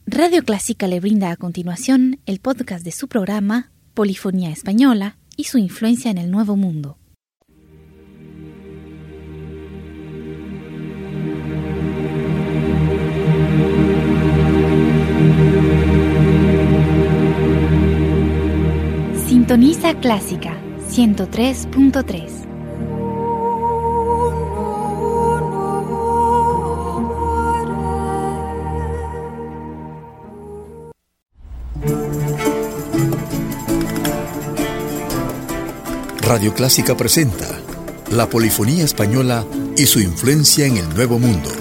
Radio Clásica le brinda a continuación el podcast de su programa Polifonía Española y su influencia en el Nuevo Mundo. Sintoniza Clásica 103.3. Radio Clásica presenta la polifonía española y su influencia en el Nuevo Mundo.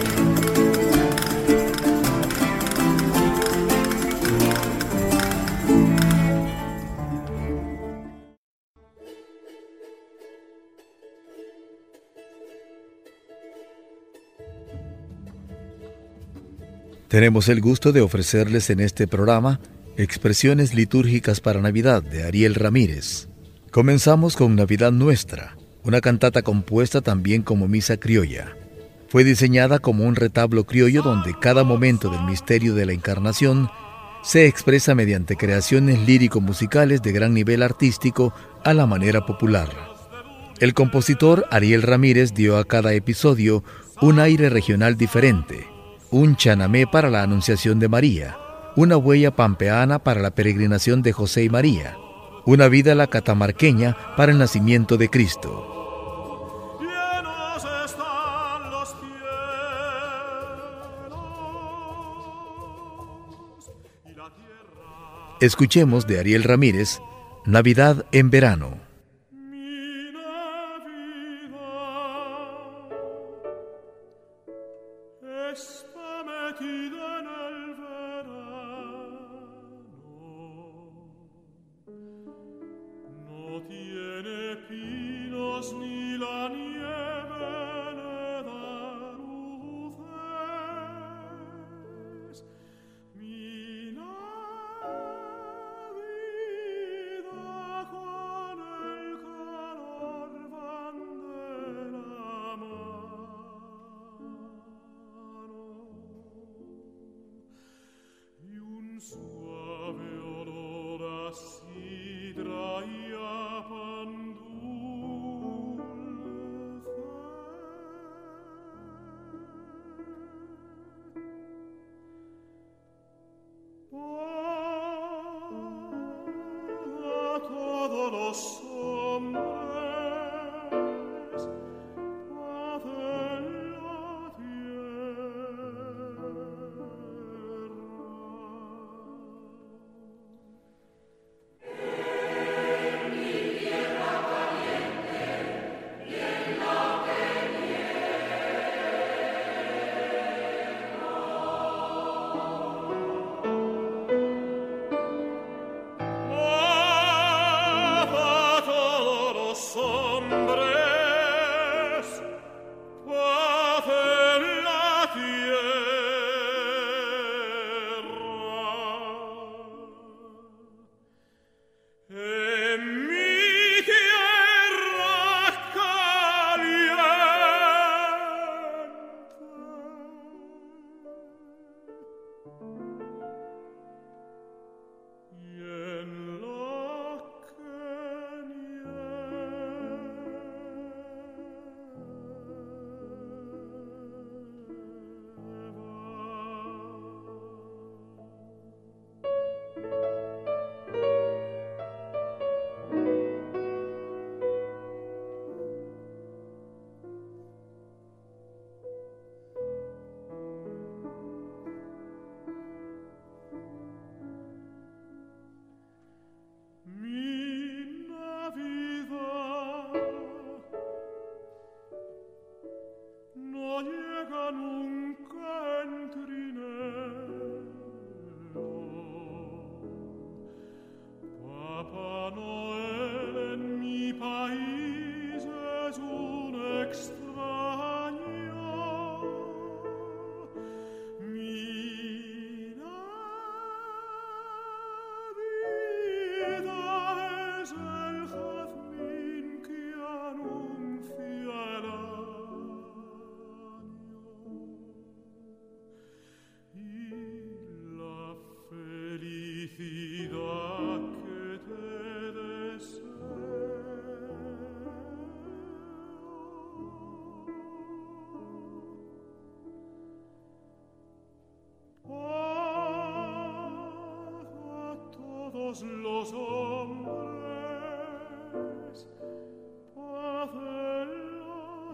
Tenemos el gusto de ofrecerles en este programa Expresiones litúrgicas para Navidad de Ariel Ramírez. Comenzamos con Navidad Nuestra, una cantata compuesta también como misa criolla. Fue diseñada como un retablo criollo donde cada momento del misterio de la Encarnación se expresa mediante creaciones lírico-musicales de gran nivel artístico a la manera popular. El compositor Ariel Ramírez dio a cada episodio un aire regional diferente, un chanamé para la Anunciación de María, una huella pampeana para la peregrinación de José y María, una vida la catamarqueña para el nacimiento de Cristo. Escuchemos de Ariel Ramírez, Navidad en verano. todos los hombres, paz en la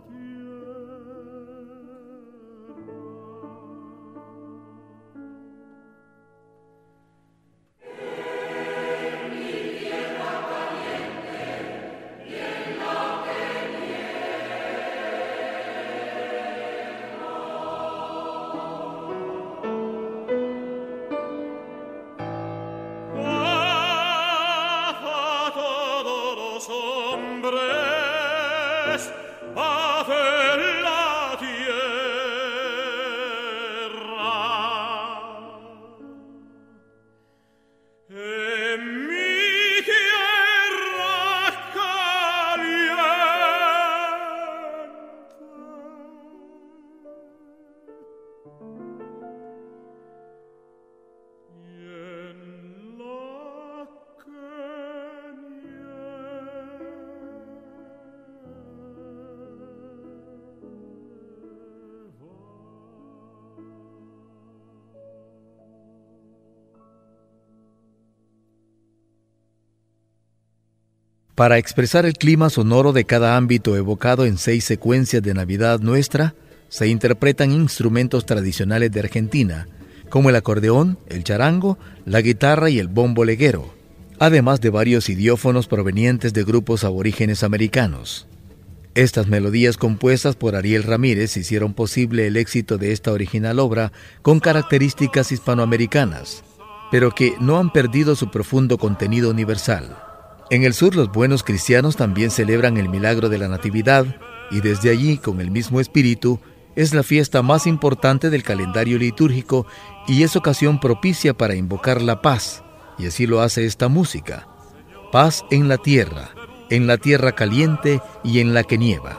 Para expresar el clima sonoro de cada ámbito evocado en 6 secuencias de Navidad Nuestra, se interpretan instrumentos tradicionales de Argentina, como el acordeón, el charango, la guitarra y el bombo leguero, además de varios idiófonos provenientes de grupos aborígenes americanos. Estas melodías compuestas por Ariel Ramírez hicieron posible el éxito de esta original obra con características hispanoamericanas, pero que no han perdido su profundo contenido universal. En el sur, los buenos cristianos también celebran el milagro de la Natividad, y desde allí, con el mismo espíritu, es la fiesta más importante del calendario litúrgico y es ocasión propicia para invocar la paz, y así lo hace esta música. Paz en la tierra caliente y en la que nieva.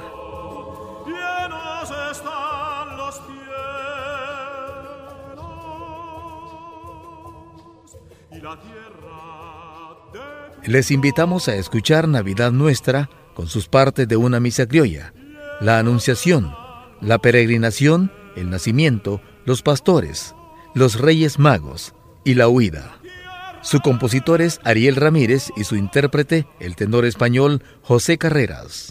Les invitamos a escuchar Navidad Nuestra con sus partes de una misa criolla, la Anunciación, la Peregrinación, el Nacimiento, los Pastores, los Reyes Magos y la Huida. Su compositor es Ariel Ramírez y su intérprete, el tenor español José Carreras.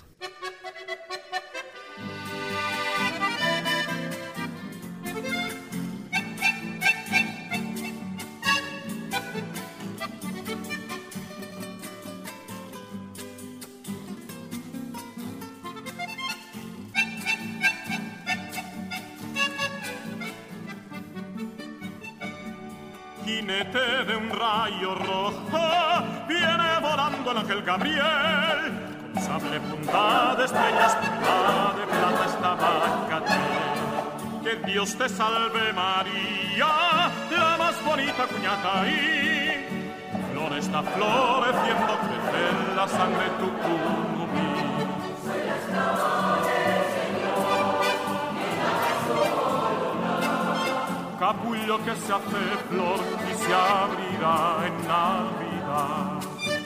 Jinete de un rayo rojo, viene volando el ángel Gabriel, con sable punta de estrellas, punta de plata estaba Catel. Que Dios te salve María, la más bonita cuñata ahí, flor está floreciendo, crece la sangre tu cunubí. Capullo que se hace flor y se abrirá en Navidad.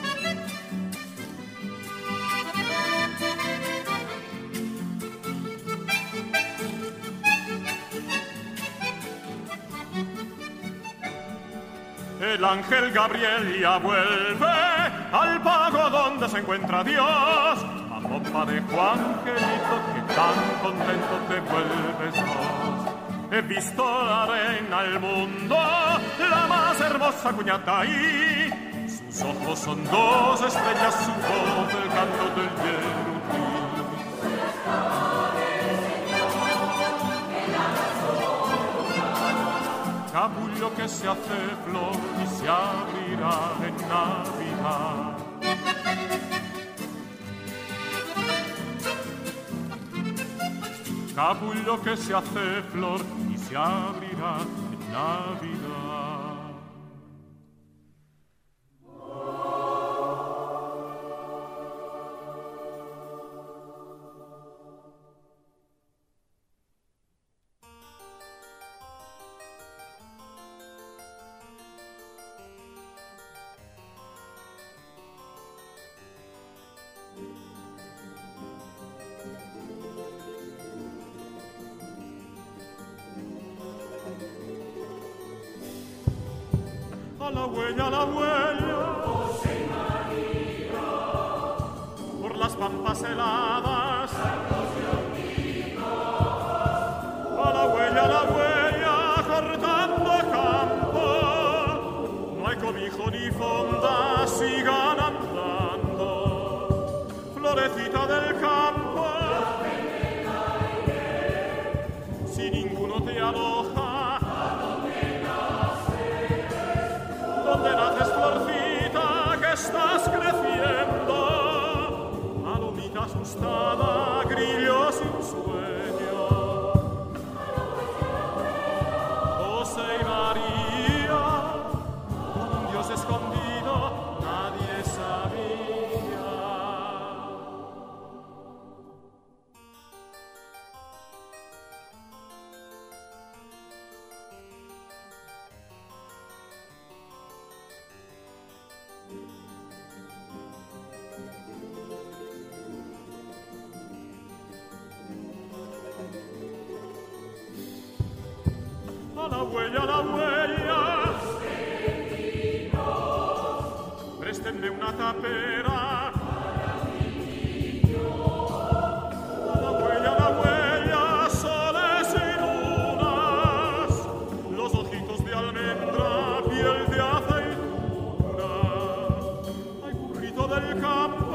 El ángel Gabriel ya vuelve al pago donde se encuentra Dios, a pompa de Juan Angelito que tan contento te vuelves vos. He visto la reina del mundo, la más hermosa cuñata ahí. Sus ojos son 2 estrellas, su voz el canto del yerutí. Capullo que se hace flor y se abrirá en Navidad. Capullo que se hace flor y se abrirá en Navidad. A la huella, pampas heladas. A la huella, cortando campo, no hay cobijo ni fonda, sigan andando. Florecita del campo, si ninguno te aloja, donde naces florcita que estás creciendo, palomita asustada, grillo sin sueño. José y María, con un Dios escondido, nadie sabía. A la huella, préstenme una tapera. A la huella, soles y lunas, los ojitos de almendra, piel de aceituna. Ay, burrito del campo,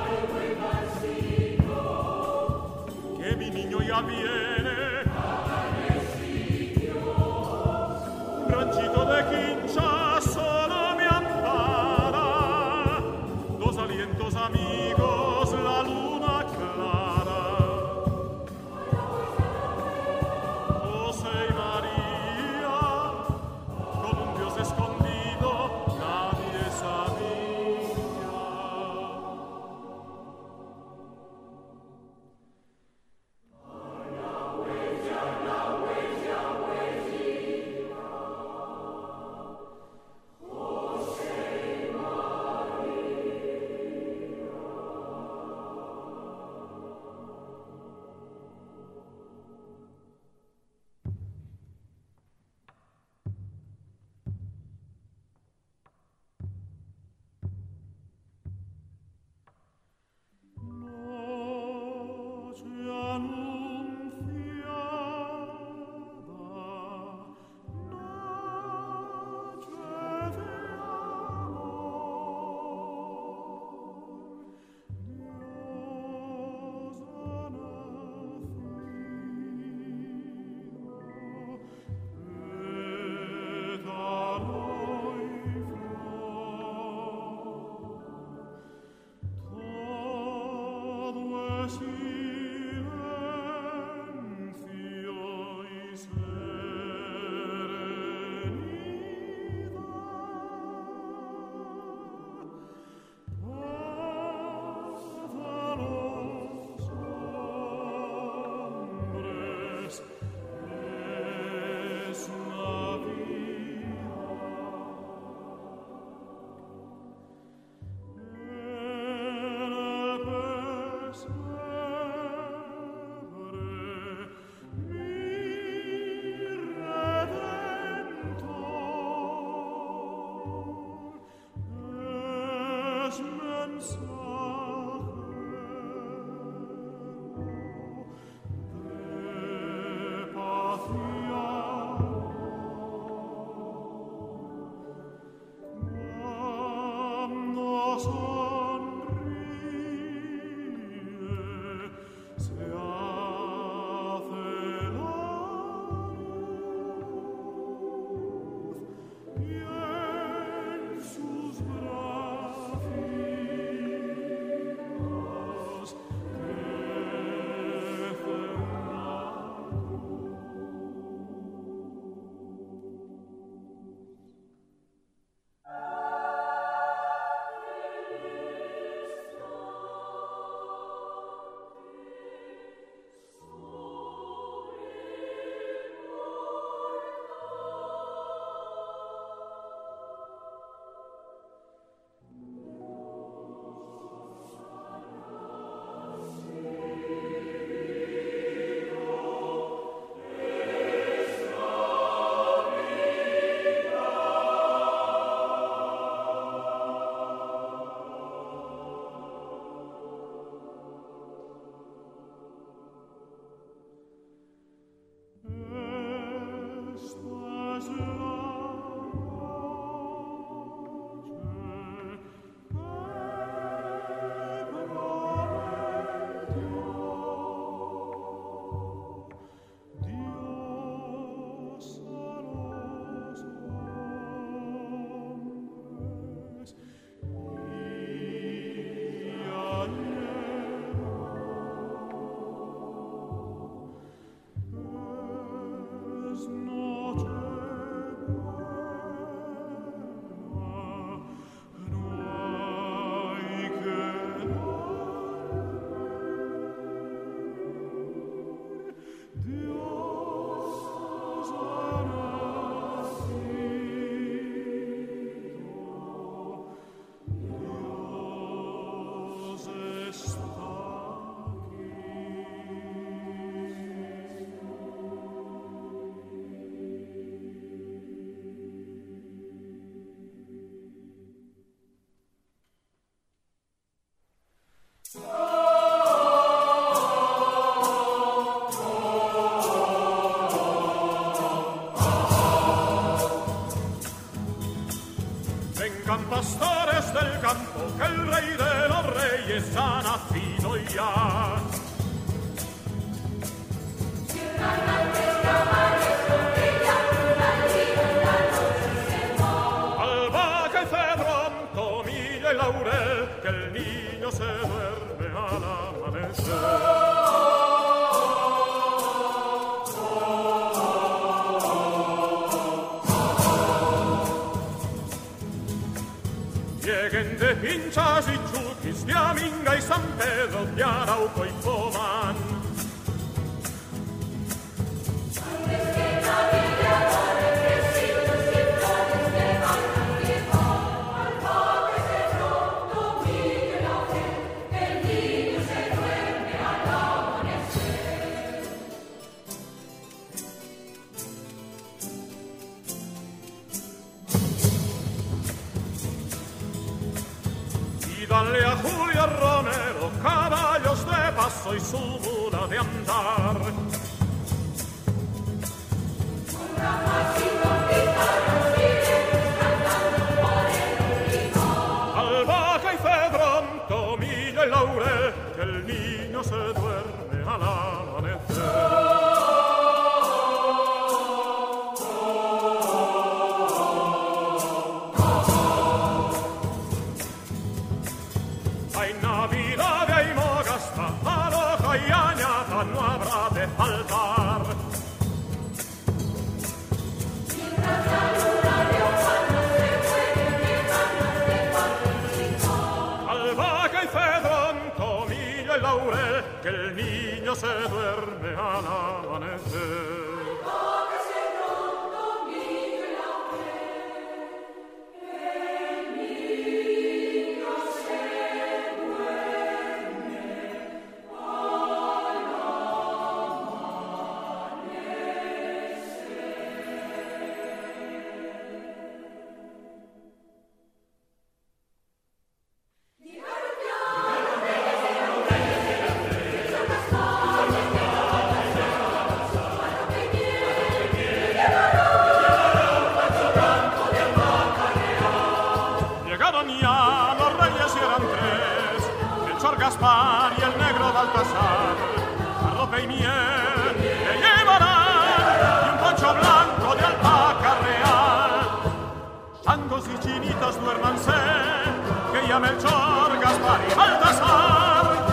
que mi niño ya viene. Ranchito de quincha solo me ampara, dos Oigan, pastores del campo, que el rey de los reyes ha nacido ya. Albahaca y cedrón, tomillo y laurel, que el niño se duerme al amanecer. Lleguen de Pinchas y Chuquis, de Aminga y San Pedro, de Arauco y Comán. Dale a Julio Romero caballos de paso y su mula de andar. Albahaca y cedrón, tomillo y laurel, que el niño se duerme al amanecer. Hay Navidad y hay mogasta, aloja y añada no habrá de faltar. Albahaca y cedrón, tomillo y laurel, que el niño se duerme al amanecer. Ya los reyes eran tres, Melchor, Gaspar y el negro Baltasar. Arrope y miel le llevarán y un poncho blanco de alpaca real. Changos y chinitas duérmanse, que ya Melchor, Gaspar y Baltasar.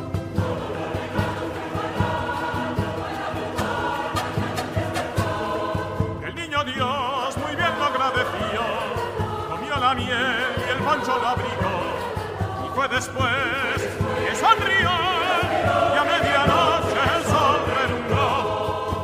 El niño Dios muy bien lo agradeció, comió la miel y el poncho lo abrigó, y fue después que sonrió y a medianoche el sol relumbró.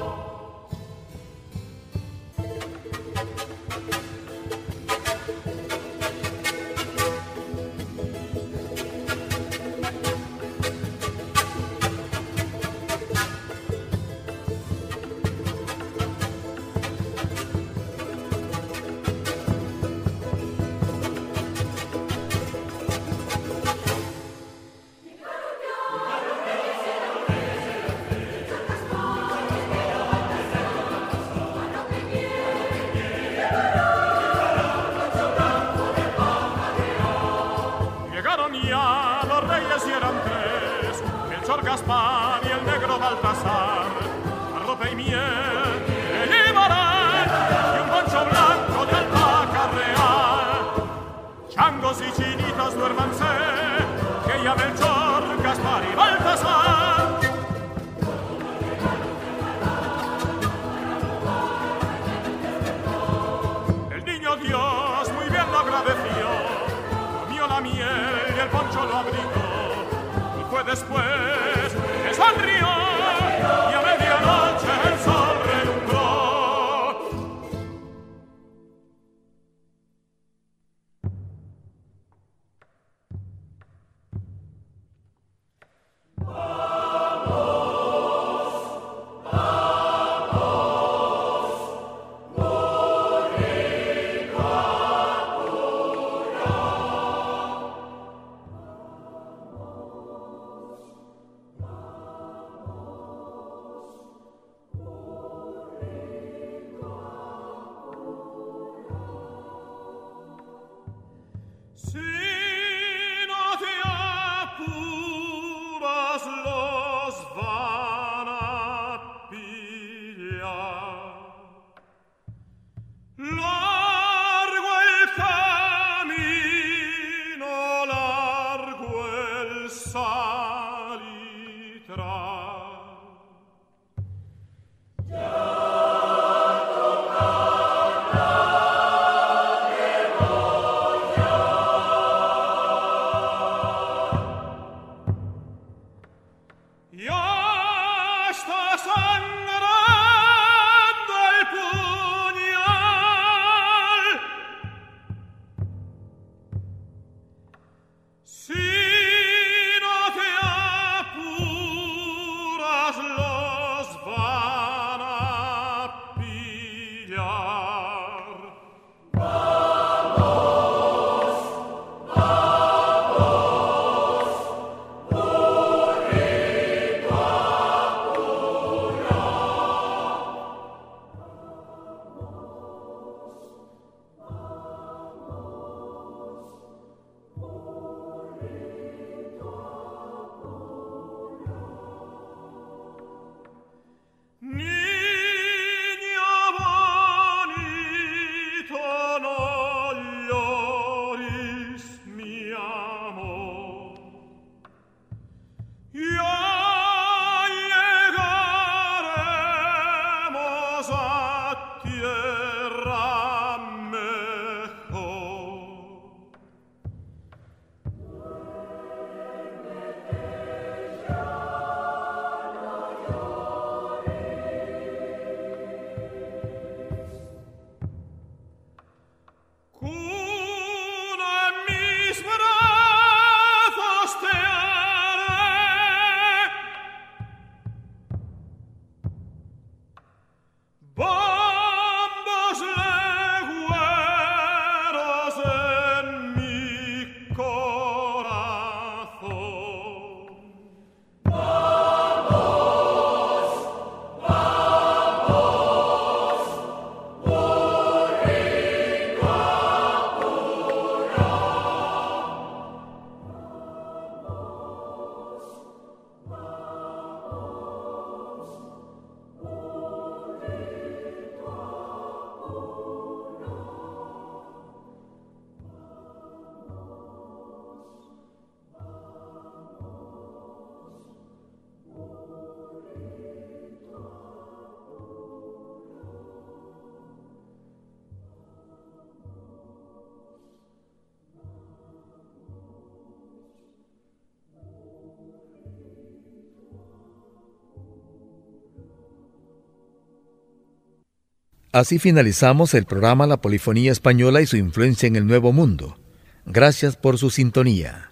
Ya los reyes y eran tres, Melchor, Gaspar y el negro Baltasar. Arrope y miel le llevarán y un poncho blanco de alpaca real. Changos y chinitas duérmanse, que ya Melchor, Gaspar y Baltasar. El niño Dios muy bien lo agradeció, comió la miel y el poncho lo abrigó, y fue después que sonrió y a medianoche el sol relumbró. Así finalizamos el programa La Polifonía Española y su influencia en el Nuevo Mundo. Gracias por su sintonía.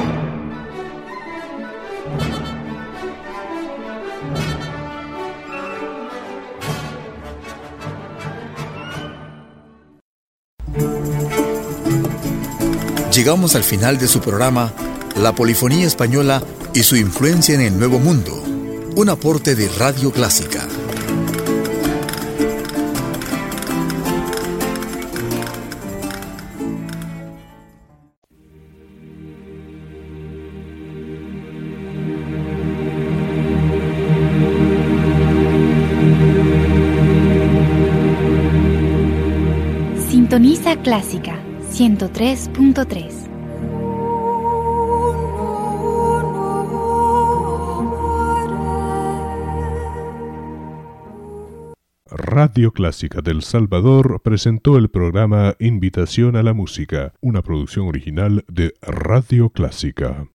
Llegamos al final de su programa La Polifonía Española y su influencia en el Nuevo Mundo, un aporte de Radio Clásica. Sintoniza Clásica 103.3. Radio Clásica del Salvador presentó el programa Invitación a la Música, una producción original de Radio Clásica.